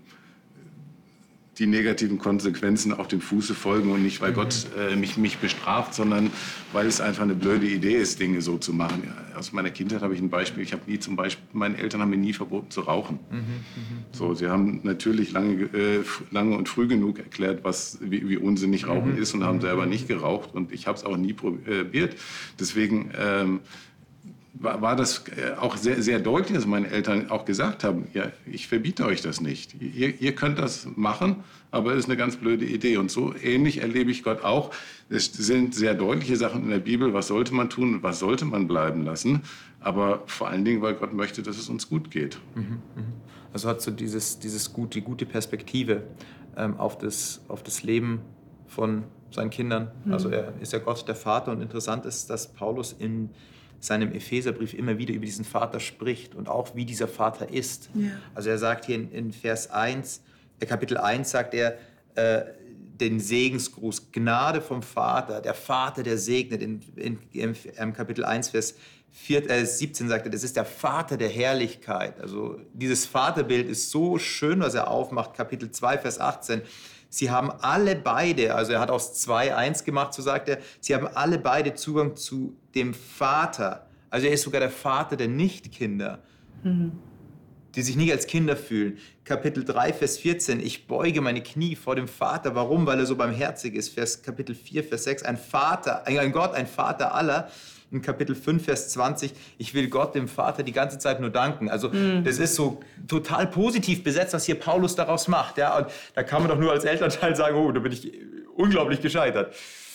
die negativen Konsequenzen auf dem Fuße folgen und nicht, weil mhm. Gott äh, mich, mich bestraft, sondern weil es einfach eine blöde Idee ist, Dinge so zu machen. Ja, aus meiner Kindheit habe ich ein Beispiel. Ich habe nie zum Beispiel, meine Eltern haben mir nie verboten zu rauchen. Mhm. Mhm. So, sie haben natürlich lange, äh, lange und früh genug erklärt, was, wie, wie unsinnig Rauchen mhm. ist und haben selber nicht geraucht und ich habe es auch nie probiert. Deswegen ähm, war, war das auch sehr, sehr deutlich, dass meine Eltern auch gesagt haben, ja, ich verbiete euch das nicht. Ihr, ihr könnt das machen, aber es ist eine ganz blöde Idee. Und so ähnlich erlebe ich Gott auch. Es sind sehr deutliche Sachen in der Bibel, was sollte man tun und was sollte man bleiben lassen. Aber vor allen Dingen, weil Gott möchte, dass es uns gut geht. Also hat so dieses, dieses gut, die gute Perspektive ähm, auf, das, auf das Leben von seinen Kindern. Mhm. Also er ist ja Gott, der Vater. Und interessant ist, dass Paulus in seinem Epheserbrief immer wieder über diesen Vater spricht und auch wie dieser Vater ist. Ja. Also er sagt hier in, in Vers eins, äh, Kapitel eins sagt er äh, den Segensgruß, Gnade vom Vater, der Vater, der segnet. In, in, in, in Kapitel eins, Vers vier, äh, siebzehn sagt er, das ist der Vater der Herrlichkeit. Also dieses Vaterbild ist so schön, was er aufmacht. Kapitel zwei, Vers achtzehn, sie haben alle beide, also er hat aus zwei eins gemacht, so sagt er, sie haben alle beide Zugang zu dem Vater. Also er ist sogar der Vater der Nichtkinder, mhm. die sich nicht als Kinder fühlen. Kapitel drei, Vers vierzehn, ich beuge meine Knie vor dem Vater. Warum? Weil er so barmherzig ist. Vers, Kapitel vier, Vers sechs, ein Vater, ein Gott, ein Vater aller. In Kapitel fünf, Vers zwanzig, ich will Gott, dem Vater, die ganze Zeit nur danken. Also mhm. das ist so total positiv besetzt, was hier Paulus daraus macht. Ja? Und da kann man doch nur als Elternteil sagen, oh, da bin ich unglaublich gescheitert.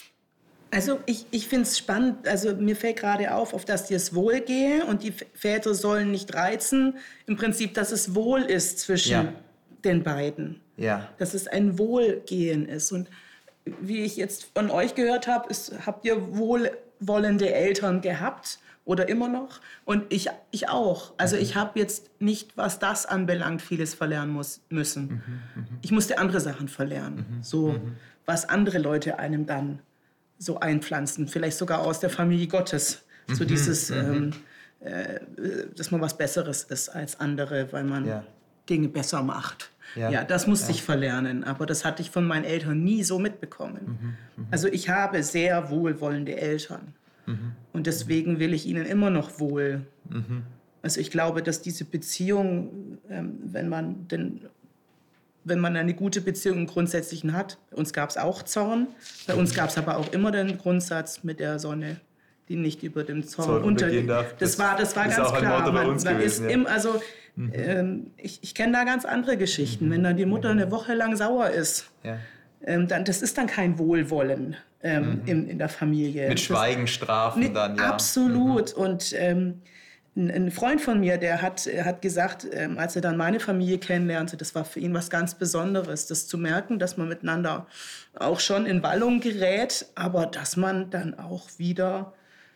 Also ich, ich finde es spannend, also mir fällt gerade auf, auf dass dir es wohl gehe und die Väter sollen nicht reizen. Im Prinzip, dass es wohl ist zwischen ja. den beiden. Ja. Dass es ein Wohlgehen ist. Und wie ich jetzt von euch gehört habe, habt ihr wohlwollende Eltern gehabt oder immer noch. Und ich, ich auch. Also ich habe jetzt nicht, was das anbelangt, vieles verlernen muss, müssen. Mhm, mh. Ich musste andere Sachen verlernen. Mhm, so, mh. was andere Leute einem dann so einpflanzen, vielleicht sogar aus der Familie Gottes. So mhm, dieses, ähm, äh, dass man was Besseres ist als andere, weil man ja. Dinge besser macht. Ja, ja das musste ja. ich verlernen, aber das hatte ich von meinen Eltern nie so mitbekommen. Mhm, mh. Also ich habe sehr wohlwollende Eltern mhm. und deswegen will ich ihnen immer noch wohl. Mhm. Also ich glaube, dass diese Beziehung, ähm, wenn man den wenn man eine gute Beziehung im Grundsätzlichen hat. Bei uns gab es auch Zorn. Bei uns gab es aber auch immer den Grundsatz mit der Sonne, die nicht über dem Zorn, Zorn untergeht. Das, das war, das war ganz auch klar. Ein man, man gewesen, ist ja. im, also, mhm. ähm, ich, ich kenne da ganz andere Geschichten. Mhm. Wenn dann die Mutter eine Woche lang sauer ist, ja. ähm, dann, das ist dann kein Wohlwollen ähm, mhm. in, in der Familie. Mit Schweigen, Strafen das, dann, ja. Absolut. Mhm. Und ähm, ein Freund von mir, der hat, hat gesagt, ähm, als er dann meine Familie kennenlernte, das war für ihn was ganz Besonderes, das zu merken, dass man miteinander auch schon in Wallung gerät, aber dass man dann auch wieder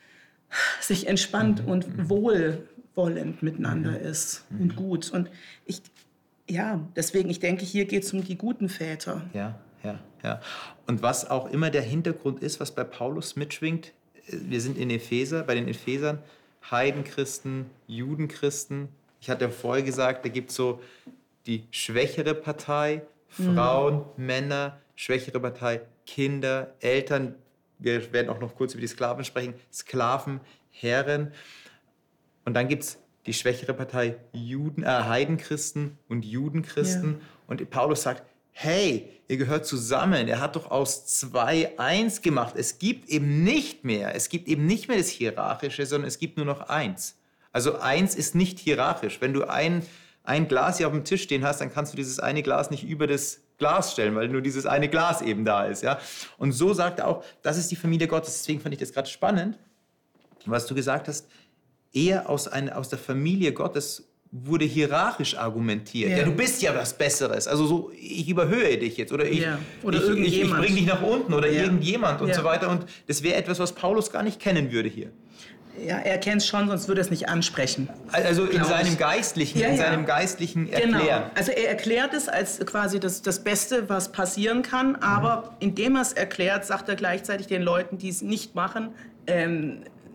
sich entspannt mhm. und wohlwollend miteinander mhm. ist mhm. und gut. Und ich, ja, deswegen, ich denke, hier geht es um die guten Väter. Ja, ja, ja. Und was auch immer der Hintergrund ist, was bei Paulus mitschwingt, wir sind in Epheser, bei den Ephesern, Heidenchristen, Judenchristen. Ich hatte ja vorher gesagt, da gibt es so die schwächere Partei, Frauen, mhm. Männer, schwächere Partei, Kinder, Eltern. Wir werden auch noch kurz über die Sklaven sprechen, Sklaven, Herren. Und dann gibt es die schwächere Partei, Juden, äh, Heidenchristen und Judenchristen. Ja. Und Paulus sagt, hey, ihr gehört zusammen. Er hat doch aus zwei eins gemacht. Es gibt eben nicht mehr, es gibt eben nicht mehr das Hierarchische, sondern es gibt nur noch eins. Also eins ist nicht hierarchisch. Wenn du ein, ein Glas hier auf dem Tisch stehen hast, dann kannst du dieses eine Glas nicht über das Glas stellen, weil nur dieses eine Glas eben da ist. Ja? Und so sagt er auch, das ist die Familie Gottes. Deswegen fand ich das gerade spannend, was du gesagt hast. Eher aus, eine, aus der Familie Gottes wurde hierarchisch argumentiert. Ja. Ja, du bist ja was Besseres. Also so, ich überhöhe dich jetzt oder ich, ja. oder ich, ich, ich bringe dich nach unten oder ja. irgendjemand und ja. so weiter. Und das wäre etwas, was Paulus gar nicht kennen würde hier. Ja, er kennt es schon, sonst würde er es nicht ansprechen. Also in seinem Geistlichen, ja, in ja. seinem Geistlichen Erklären. Genau. Also er erklärt es als quasi das, das Beste, was passieren kann, aber mhm. indem er es erklärt, sagt er gleichzeitig den Leuten, die es nicht machen, ähm,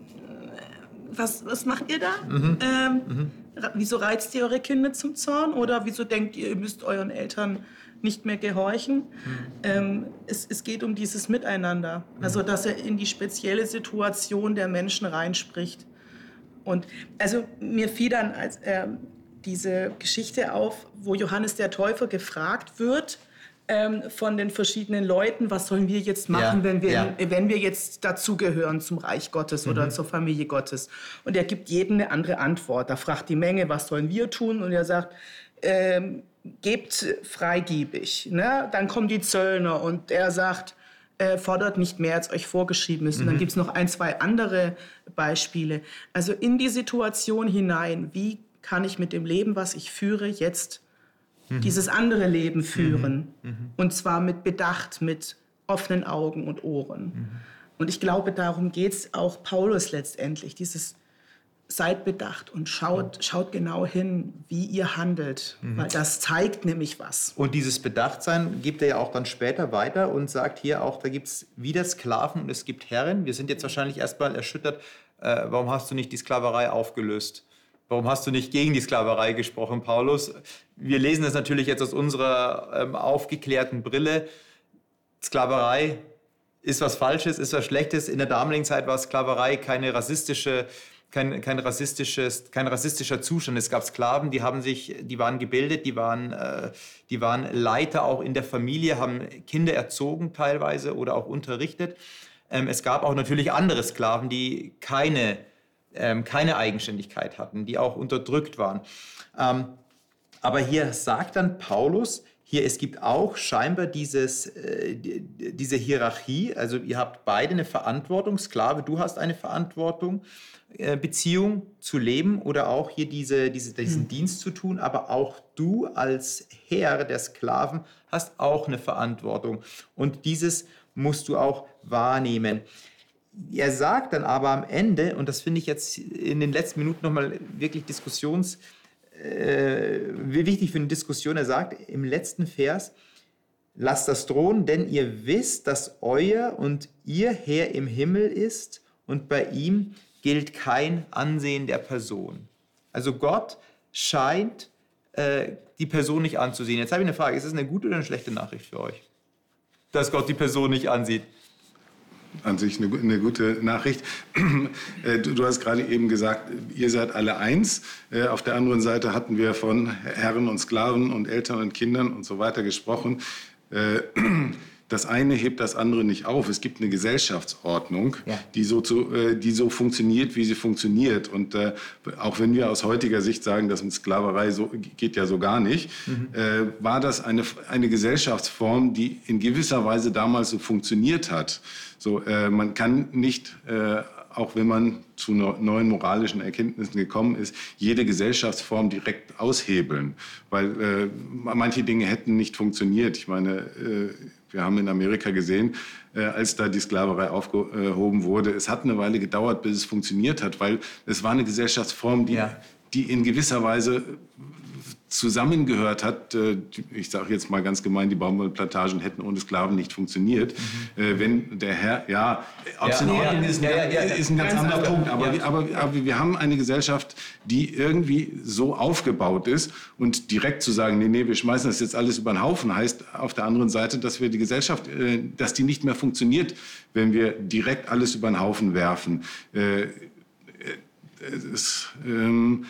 was, was macht ihr da? Mhm. Ähm, mhm. Wieso reizt ihr eure Kinder zum Zorn? Oder wieso denkt ihr, ihr müsst euren Eltern nicht mehr gehorchen? Mhm. Ähm, es, es geht um dieses Miteinander. Also, dass er in die spezielle Situation der Menschen reinspricht. Und also mir fiel dann als, äh, diese Geschichte auf, wo Johannes der Täufer gefragt wird, Ähm, von den verschiedenen Leuten, was sollen wir jetzt machen, ja, wenn, wir, ja. wenn wir jetzt dazugehören zum Reich Gottes mhm. oder zur Familie Gottes. Und er gibt jedem eine andere Antwort. Da fragt die Menge, was sollen wir tun? Und er sagt, ähm, gebt freigebig. Ne? Dann kommen die Zöllner und er sagt, äh, fordert nicht mehr, als euch vorgeschrieben ist. Mhm. Und dann gibt es noch ein, zwei andere Beispiele. Also in die Situation hinein, wie kann ich mit dem Leben, was ich führe, jetzt Mhm. dieses andere Leben führen. Mhm. Mhm. Und zwar mit Bedacht, mit offenen Augen und Ohren. Mhm. Und ich glaube, darum geht es auch Paulus letztendlich. Dieses seid bedacht und schaut, mhm. schaut genau hin, wie ihr handelt. Mhm. Weil das zeigt nämlich was. Und dieses Bedachtsein gibt er ja auch dann später weiter und sagt hier auch, da gibt es wieder Sklaven und es gibt Herren. Wir sind jetzt wahrscheinlich erstmal erschüttert, äh, warum hast du nicht die Sklaverei aufgelöst? Warum hast du nicht gegen die Sklaverei gesprochen, Paulus? Wir lesen das natürlich jetzt aus unserer ähm, aufgeklärten Brille. Sklaverei ist was Falsches, ist was Schlechtes. In der damaligen Zeit war Sklaverei keine rassistische, kein, kein, rassistisches, kein rassistischer Zustand. Es gab Sklaven, die, haben sich, die waren gebildet, die waren, äh, die waren Leiter auch in der Familie, haben Kinder erzogen teilweise oder auch unterrichtet. Ähm, es gab auch natürlich andere Sklaven, die keine keine Eigenständigkeit hatten, die auch unterdrückt waren. Ähm, aber hier sagt dann Paulus, hier, es gibt auch scheinbar dieses, äh, diese Hierarchie, also ihr habt beide eine Verantwortung, Sklave, du hast eine Verantwortung, äh, Beziehung zu leben oder auch hier diese, diese, diesen mhm. Dienst zu tun, aber auch du als Herr der Sklaven hast auch eine Verantwortung und dieses musst du auch wahrnehmen. Er sagt dann aber am Ende, und das finde ich jetzt in den letzten Minuten nochmal wirklich diskussions, äh, wichtig für eine Diskussion, er sagt im letzten Vers, lasst das drohen, denn ihr wisst, dass euer und ihr Herr im Himmel ist und bei ihm gilt kein Ansehen der Person. Also Gott scheint äh, die Person nicht anzusehen. Jetzt habe ich eine Frage, ist das eine gute oder eine schlechte Nachricht für euch, dass Gott die Person nicht ansieht? An sich eine, eine gute Nachricht. Du, du hast gerade eben gesagt, ihr seid alle eins. Auf der anderen Seite hatten wir von Herren und Sklaven und Eltern und Kindern und so weiter gesprochen. Das eine hebt das andere nicht auf. Es gibt eine Gesellschaftsordnung, ja. die, so zu, die so funktioniert, wie sie funktioniert. Und äh, auch wenn wir aus heutiger Sicht sagen, dass mit Sklaverei so, geht ja so gar nicht, mhm. äh, war das eine, eine Gesellschaftsform, die in gewisser Weise damals so funktioniert hat. So, äh, man kann nicht, äh, auch wenn man zu neuen moralischen Erkenntnissen gekommen ist, jede Gesellschaftsform direkt aushebeln. Weil äh, manche Dinge hätten nicht funktioniert. Ich meine, äh, wir haben in Amerika gesehen, äh, als da die Sklaverei aufgehoben wurde, es hat eine Weile gedauert, bis es funktioniert hat, weil es war eine Gesellschaftsform, die, ja. die in gewisser Weise zusammengehört hat. Ich sage jetzt mal ganz gemein, die Baumwollplantagen hätten ohne Sklaven nicht funktioniert. Mhm. Äh, wenn der Herr, ja, ob es in Ordnung ist, ja, ja, ja, ist ein ganz, ganz anderer Punkt. Aber, ja. aber, aber wir haben eine Gesellschaft, die irgendwie so aufgebaut ist und direkt zu sagen, nee, nee, wir schmeißen das jetzt alles über den Haufen, heißt auf der anderen Seite, dass wir die Gesellschaft, äh, dass die nicht mehr funktioniert, wenn wir direkt alles über den Haufen werfen. Äh, es, ähm,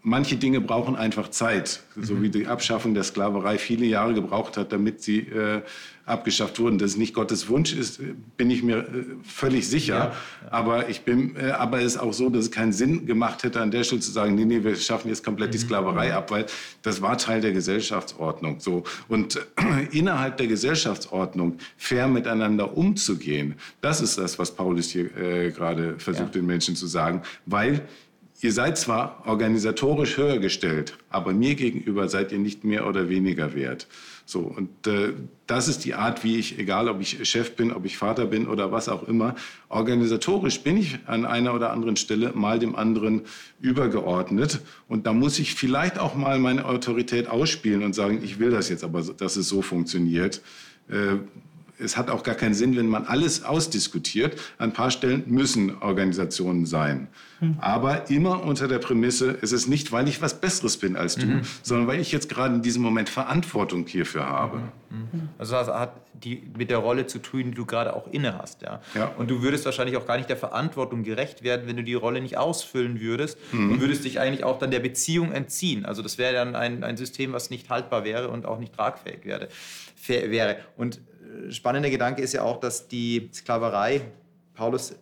manche Dinge brauchen einfach Zeit, so mhm. wie die Abschaffung der Sklaverei viele Jahre gebraucht hat, damit sie äh, abgeschafft wurden. Dass es nicht Gottes Wunsch ist, bin ich mir äh, völlig sicher. Ja. Aber, ich bin, äh, aber es ist auch so, dass es keinen Sinn gemacht hätte, an der Stelle zu sagen, nee, nee, wir schaffen jetzt komplett mhm. die Sklaverei ab, weil das war Teil der Gesellschaftsordnung. So. Und äh, innerhalb der Gesellschaftsordnung fair miteinander umzugehen, das ist das, was Paulus hier äh, gerade versucht, ja. den Menschen zu sagen. Weil ihr seid zwar organisatorisch höher gestellt, aber mir gegenüber seid ihr nicht mehr oder weniger wert. So, und äh, das ist die Art, wie ich, egal ob ich Chef bin, ob ich Vater bin oder was auch immer, organisatorisch bin ich an einer oder anderen Stelle mal dem anderen übergeordnet. Und da muss ich vielleicht auch mal meine Autorität ausspielen und sagen, ich will das jetzt aber, dass es so funktioniert. Äh, Es hat auch gar keinen Sinn, wenn man alles ausdiskutiert. An ein paar Stellen müssen Organisationen sein. Mhm. Aber immer unter der Prämisse, es ist nicht, weil ich was Besseres bin als du, mhm. sondern weil ich jetzt gerade in diesem Moment Verantwortung hierfür habe. Mhm. Also das hat die mit der Rolle zu tun, die du gerade auch inne hast. Ja? Ja. Und du würdest wahrscheinlich auch gar nicht der Verantwortung gerecht werden, wenn du die Rolle nicht ausfüllen würdest. Mhm. Und würdest dich eigentlich auch dann der Beziehung entziehen. Also das wäre dann ein, ein System, was nicht haltbar wäre und auch nicht tragfähig wäre. wäre. Und spannender Gedanke ist ja auch, dass die Sklaverei, Paulus,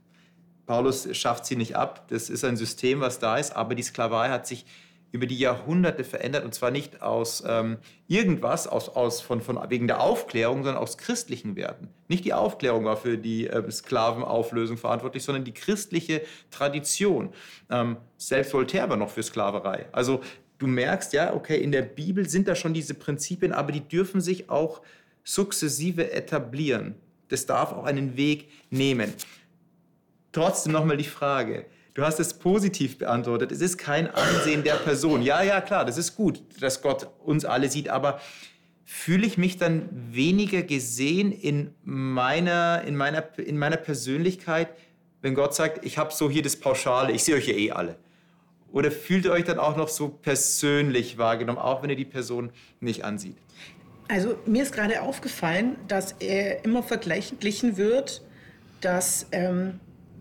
Paulus schafft sie nicht ab, das ist ein System, was da ist, aber die Sklaverei hat sich über die Jahrhunderte verändert und zwar nicht aus ähm, irgendwas, aus, aus von, von, wegen der Aufklärung, sondern aus christlichen Werten. Nicht die Aufklärung war für die äh, Sklavenauflösung verantwortlich, sondern die christliche Tradition. Ähm, selbst Voltaire war noch für Sklaverei. Also du merkst, ja, okay, in der Bibel sind da schon diese Prinzipien, aber die dürfen sich auch sukzessive etablieren. Das darf auch einen Weg nehmen. Trotzdem nochmal die Frage. Du hast es positiv beantwortet. Es ist kein Ansehen der Person. Ja, ja, klar, das ist gut, dass Gott uns alle sieht. Aber fühle ich mich dann weniger gesehen in meiner, in meiner, in meiner Persönlichkeit, wenn Gott sagt, ich habe so hier das Pauschale, ich sehe euch ja eh alle? Oder fühlt ihr euch dann auch noch so persönlich wahrgenommen, auch wenn ihr die Person nicht ansieht? Also mir ist gerade aufgefallen, dass er immer verglichen wird, dass ähm,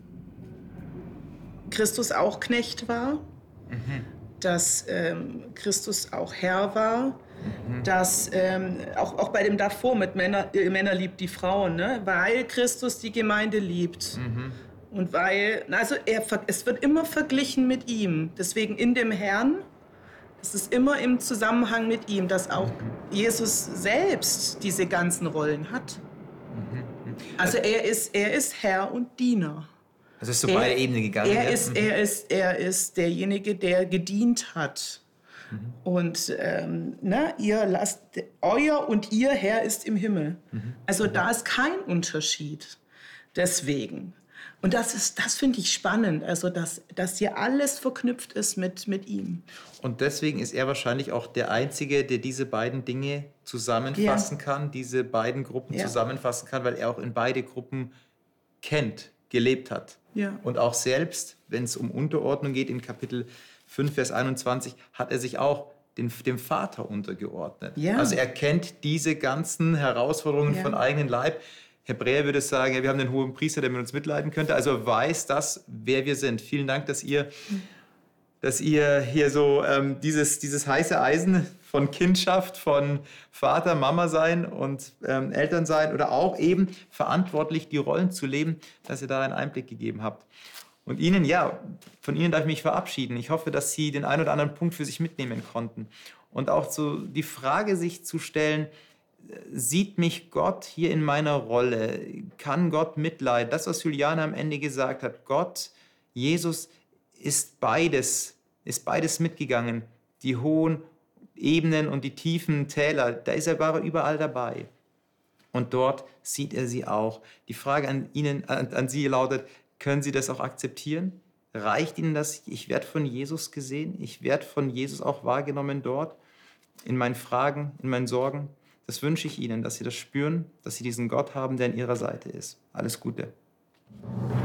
Christus auch Knecht war, mhm. dass ähm, Christus auch Herr war, mhm. dass ähm, auch, auch bei dem davor mit Männer, äh, Männer liebt die Frauen, ne? Weil Christus die Gemeinde liebt. Mhm. Und weil, also er, es wird immer verglichen mit ihm. Deswegen in dem Herrn, es ist immer im Zusammenhang mit ihm, dass auch Jesus selbst diese ganzen Rollen hat. Also er ist, er ist Herr und Diener. Also ist so beide Ebenen gegangen. Er, ja? ist, er, ist, er ist derjenige, der gedient hat. Mhm. Und ähm, na, ihr lasst, euer und ihr Herr ist im Himmel. Mhm. Also da ist kein Unterschied. Deswegen. Und das ist, das finde ich spannend, also dass, dass hier alles verknüpft ist mit, mit ihm. Und deswegen ist er wahrscheinlich auch der Einzige, der diese beiden Dinge zusammenfassen ja. kann, diese beiden Gruppen ja. zusammenfassen kann, weil er auch in beide Gruppen kennt, gelebt hat. Ja. Und auch selbst, wenn es um Unterordnung geht, in Kapitel fünf, Vers einundzwanzig, hat er sich auch den, dem Vater untergeordnet. Ja. Also er kennt diese ganzen Herausforderungen ja. von eigenem Leib. Hebräer würde sagen, ja, wir haben den hohen Priester, der mit uns mitleiden könnte. Also er weiß das, wer wir sind. Vielen Dank, dass ihr, dass ihr hier so ähm, dieses, dieses heiße Eisen von Kindschaft, von Vater, Mama sein und ähm, Eltern sein oder auch eben verantwortlich die Rollen zu leben, dass ihr da einen Einblick gegeben habt. Und Ihnen, ja, von Ihnen darf ich mich verabschieden. Ich hoffe, dass Sie den einen oder anderen Punkt für sich mitnehmen konnten. Und auch so die Frage sich zu stellen, sieht mich Gott hier in meiner Rolle? Kann Gott mitleiden? Das, was Juliane am Ende gesagt hat, Gott, Jesus ist beides, ist beides mitgegangen. Die hohen Ebenen und die tiefen Täler, da ist er war überall dabei. Und dort sieht er sie auch. Die Frage an, Ihnen, an, an Sie lautet, können Sie das auch akzeptieren? Reicht Ihnen das? Ich werde von Jesus gesehen, ich werde von Jesus auch wahrgenommen dort, in meinen Fragen, in meinen Sorgen. Das wünsche ich Ihnen, dass Sie das spüren, dass Sie diesen Gott haben, der an Ihrer Seite ist. Alles Gute.